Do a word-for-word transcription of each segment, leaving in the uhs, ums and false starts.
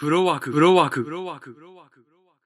フロワーク、フロワーク、フロワーク、フロワーク。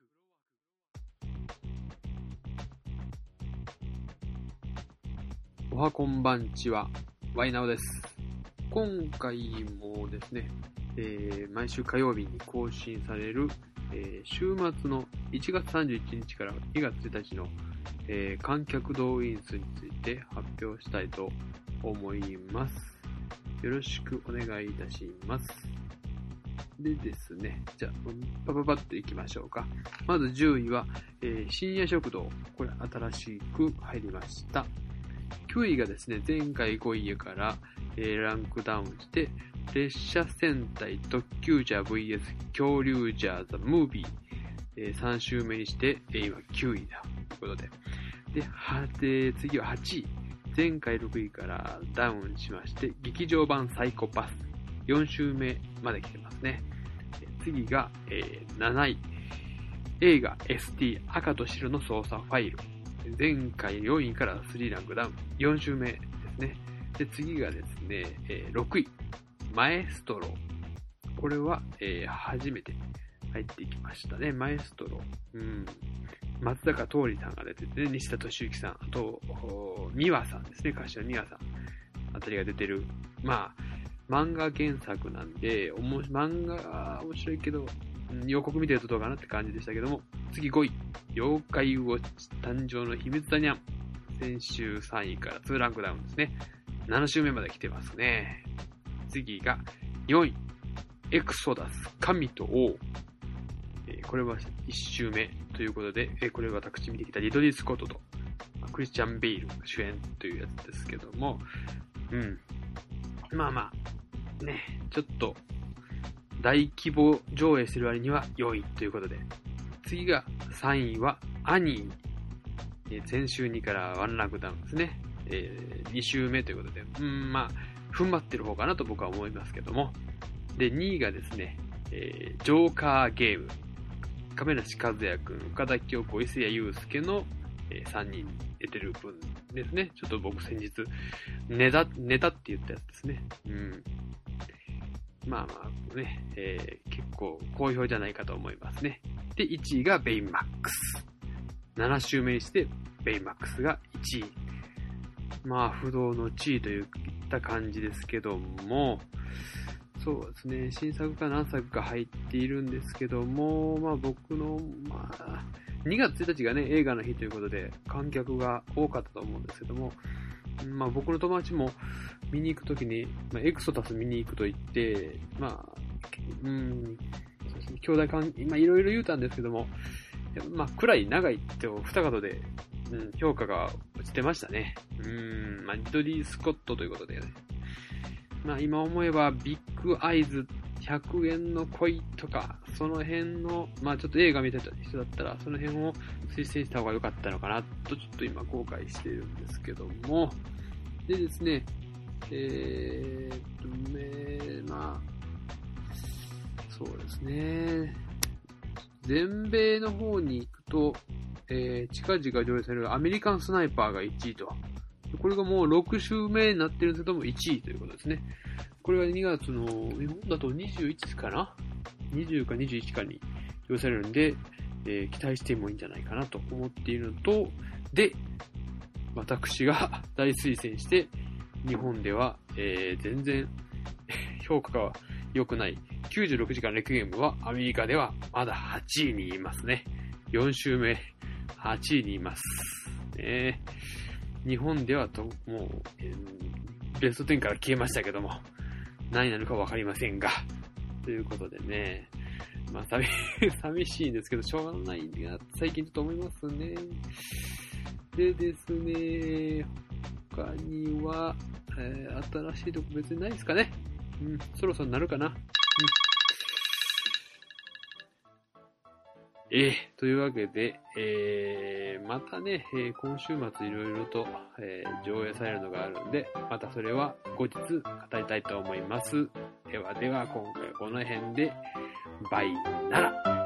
おはこんばんちは、ワイナオです。今回もですね、えー、毎週火曜日に更新される、えー、週末のいちがつさんじゅういちにちからにがつついたちの、えー、観客動員数について発表したいと思います。よろしくお願いいたします。でですね、じゃあ、パパパッといきましょうか。まずじゅういは、えー、深夜食堂。これ新しく入りました。きゅういがですね、前回ごいから、えー、ランクダウンして、列車戦隊特急ジャー ブイエス 恐竜ジャーザムービー、えー、さん週目にして、えー、今きゅういだということで。で、はで次ははちい。前回ろくいからダウンしまして、劇場版サイコパス。よん週目まで来てますね。次が、えー、なない。映画 エスティー 赤と白の操作ファイル。前回よんいからさんランクダウン。よん週目ですね。で、次がですね、えー、ろくい。マエストロ。これは、えー、初めて入ってきましたね。マエストロ。うん。松坂桃李さんが出てて、ね、西田敏行さん、あと、美和さんですね。歌手の美和さんあたりが出てる。まあ、漫画原作なんで、おも漫画面白いけど、予告見てるとどうかなって感じでしたけども、次ごい。妖怪ウォッチ誕生の秘密だにゃん。先週さんいからにランクダウンですね。なな週目まで来てますね。次がよんい。エクソダス神と王。えー、これはいち週目ということで、えー、これは私見てきたリドリー・スコットとクリスチャン・ベイル主演というやつですけども、うん。まあまあ、ね、ちょっと大規模上映する割には良いということで、次がさんいはアニー。えー、前週にからワンランクダウンですね。えー、に週目ということで、うん、まあ、踏ん張ってる方かなと僕は思いますけども。で、にいがですね、えー、ジョーカーゲーム。亀梨和也くん、岡田京子、伊勢谷友介の、えー、さんにん出てる分ですね。ちょっと僕先日、ネタ、ネタって言ったやつですね。うん。まあまあね、えー、結構好評じゃないかと思いますね。で、いちいがベイマックス。なな週目にしてベイマックスがいちい。まあ不動の地位といった感じですけども、そうですね、新作か何作か入っているんですけども、まあ僕の、まあ、にがつついたちがね、映画の日ということで観客が多かったと思うんですけども、まあ僕の友達も見に行くときに、まあ、エクソダス見に行くと言って、まあ、うん、そうですね、兄弟間、今いろいろ言うたんですけども、まあ、くらい長いって二言で、うん、評価が落ちてましたね。うん、まあ、リドリー・スコットということでね。まあ、今思えば、ビッグアイズひゃくえんの恋とか、その辺の、まあ、ちょっと映画見てた人だったら、その辺を推薦した方が良かったのかな、と、ちょっと今後悔しているんですけども。でですね、えーっとね、まあ、そうですね。全米の方に行くと、えー、近々上映されるアメリカンスナイパーがいちいと。これがもうろく週目になってるんですけどもいちいということですね。これはにがつの、日本だとにじゅういちかな ?にじゅう かにじゅういちかに上映されるんで、えー、期待してもいいんじゃないかなと思っているのと、で、私が大推薦して、日本では、えー、全然評価が良くないきゅうじゅうろくじかんレクイエムはアメリカではまだはちいにいますね。よん週目はちいにいます。ね、日本ではともう、えー、ベストじゅうから消えましたけども、何になるかわかりませんが、ということでね、まあ寂寂しいんですけどしょうがないな最近ちょっと思いますね。でですね、他には、えー、新しいとこ別にないですかね。うん、そろそろなるかな。うん、えー、というわけで、えー、またね、えー、今週末いろいろと、えー、上映されるのがあるんで、またそれは後日語りたいと思います。ではでは今回はこの辺で、バイなら。